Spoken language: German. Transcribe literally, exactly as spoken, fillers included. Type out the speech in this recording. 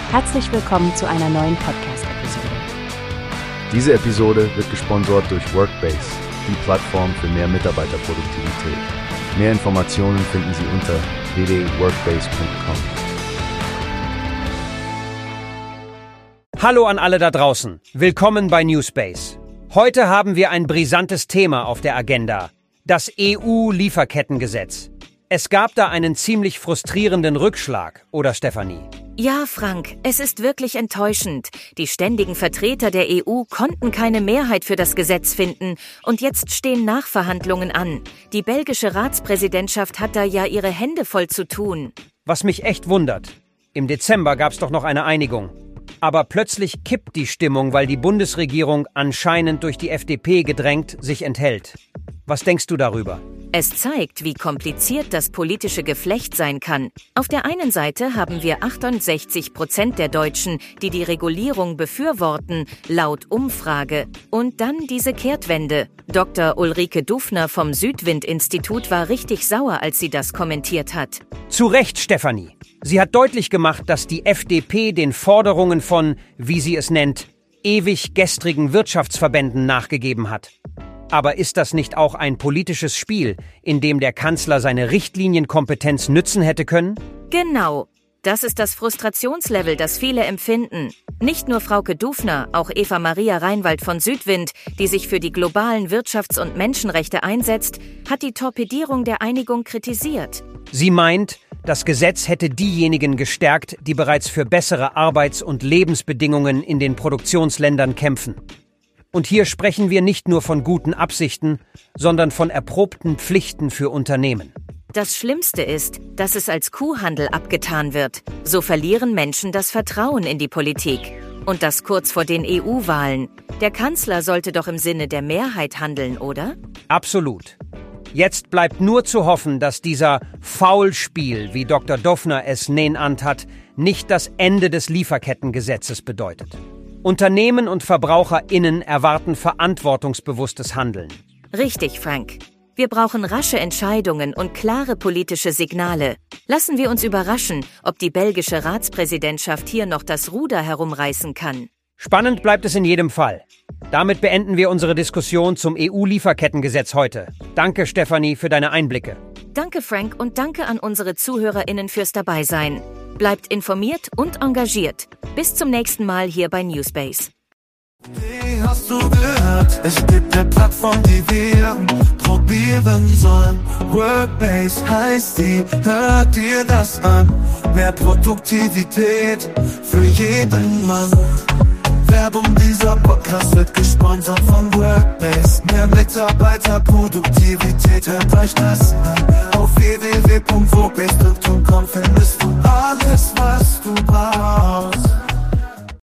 Herzlich willkommen zu einer neuen Podcast-Episode. Diese Episode wird gesponsert durch Workbase, die Plattform für mehr Mitarbeiterproduktivität. Mehr Informationen finden Sie unter w w w punkt workbase punkt com. Hallo an alle da draußen. Willkommen bei Newspace. Heute haben wir ein brisantes Thema auf der Agenda. Das E U-Lieferkettengesetz. Es gab da einen ziemlich frustrierenden Rückschlag, oder Stefanie? Ja, Frank, es ist wirklich enttäuschend. Die ständigen Vertreter der E U konnten keine Mehrheit für das Gesetz finden und jetzt stehen Nachverhandlungen an. Die belgische Ratspräsidentschaft hat da ja ihre Hände voll zu tun. Was mich echt wundert. Im Dezember gab es doch noch eine Einigung. Aber plötzlich kippt die Stimmung, weil die Bundesregierung anscheinend durch die F D P gedrängt sich enthält. Was denkst du darüber? Es zeigt, wie kompliziert das politische Geflecht sein kann. Auf der einen Seite haben wir achtundsechzig Prozent der Deutschen, die die Regulierung befürworten, laut Umfrage. Und dann diese Kehrtwende. Doktor Ulrike Dufner vom Südwind-Institut war richtig sauer, als sie das kommentiert hat. Zu Recht, Stefanie. Sie hat deutlich gemacht, dass die F D P den Forderungen von, wie sie es nennt, ewig gestrigen Wirtschaftsverbänden nachgegeben hat. Aber ist das nicht auch ein politisches Spiel, in dem der Kanzler seine Richtlinienkompetenz nützen hätte können? Genau. Das ist das Frustrationslevel, das viele empfinden. Nicht nur Frauke Dufner, auch Eva Maria Reinwald von Südwind, die sich für die globalen Wirtschafts- und Menschenrechte einsetzt, hat die Torpedierung der Einigung kritisiert. Sie meint, das Gesetz hätte diejenigen gestärkt, die bereits für bessere Arbeits- und Lebensbedingungen in den Produktionsländern kämpfen. Und hier sprechen wir nicht nur von guten Absichten, sondern von erprobten Pflichten für Unternehmen. Das Schlimmste ist, dass es als Kuhhandel abgetan wird. So verlieren Menschen das Vertrauen in die Politik. Und das kurz vor den E U-Wahlen. Der Kanzler sollte doch im Sinne der Mehrheit handeln, oder? Absolut. Jetzt bleibt nur zu hoffen, dass dieser Faulspiel, wie Doktor Dufner es nennt hat, nicht das Ende des Lieferkettengesetzes bedeutet. Unternehmen und VerbraucherInnen erwarten verantwortungsbewusstes Handeln. Richtig, Frank. Wir brauchen rasche Entscheidungen und klare politische Signale. Lassen wir uns überraschen, ob die belgische Ratspräsidentschaft hier noch das Ruder herumreißen kann. Spannend bleibt es in jedem Fall. Damit beenden wir unsere Diskussion zum E U-Lieferkettengesetz heute. Danke, Stefanie, für deine Einblicke. Danke, Frank, und danke an unsere ZuhörerInnen fürs Dabeisein. Bleibt informiert und engagiert. Bis zum nächsten Mal hier bei Newspace. Wie hast du gehört? Es gibt eine Plattform, die wir probieren sollen. Workbase heißt die, hört dir das an. Mehr Produktivität für jeden Mann. Werbung, dieser Podcast wird gesponsert von Workbase. Mehr Mitarbeiterproduktivität, hört euch das an.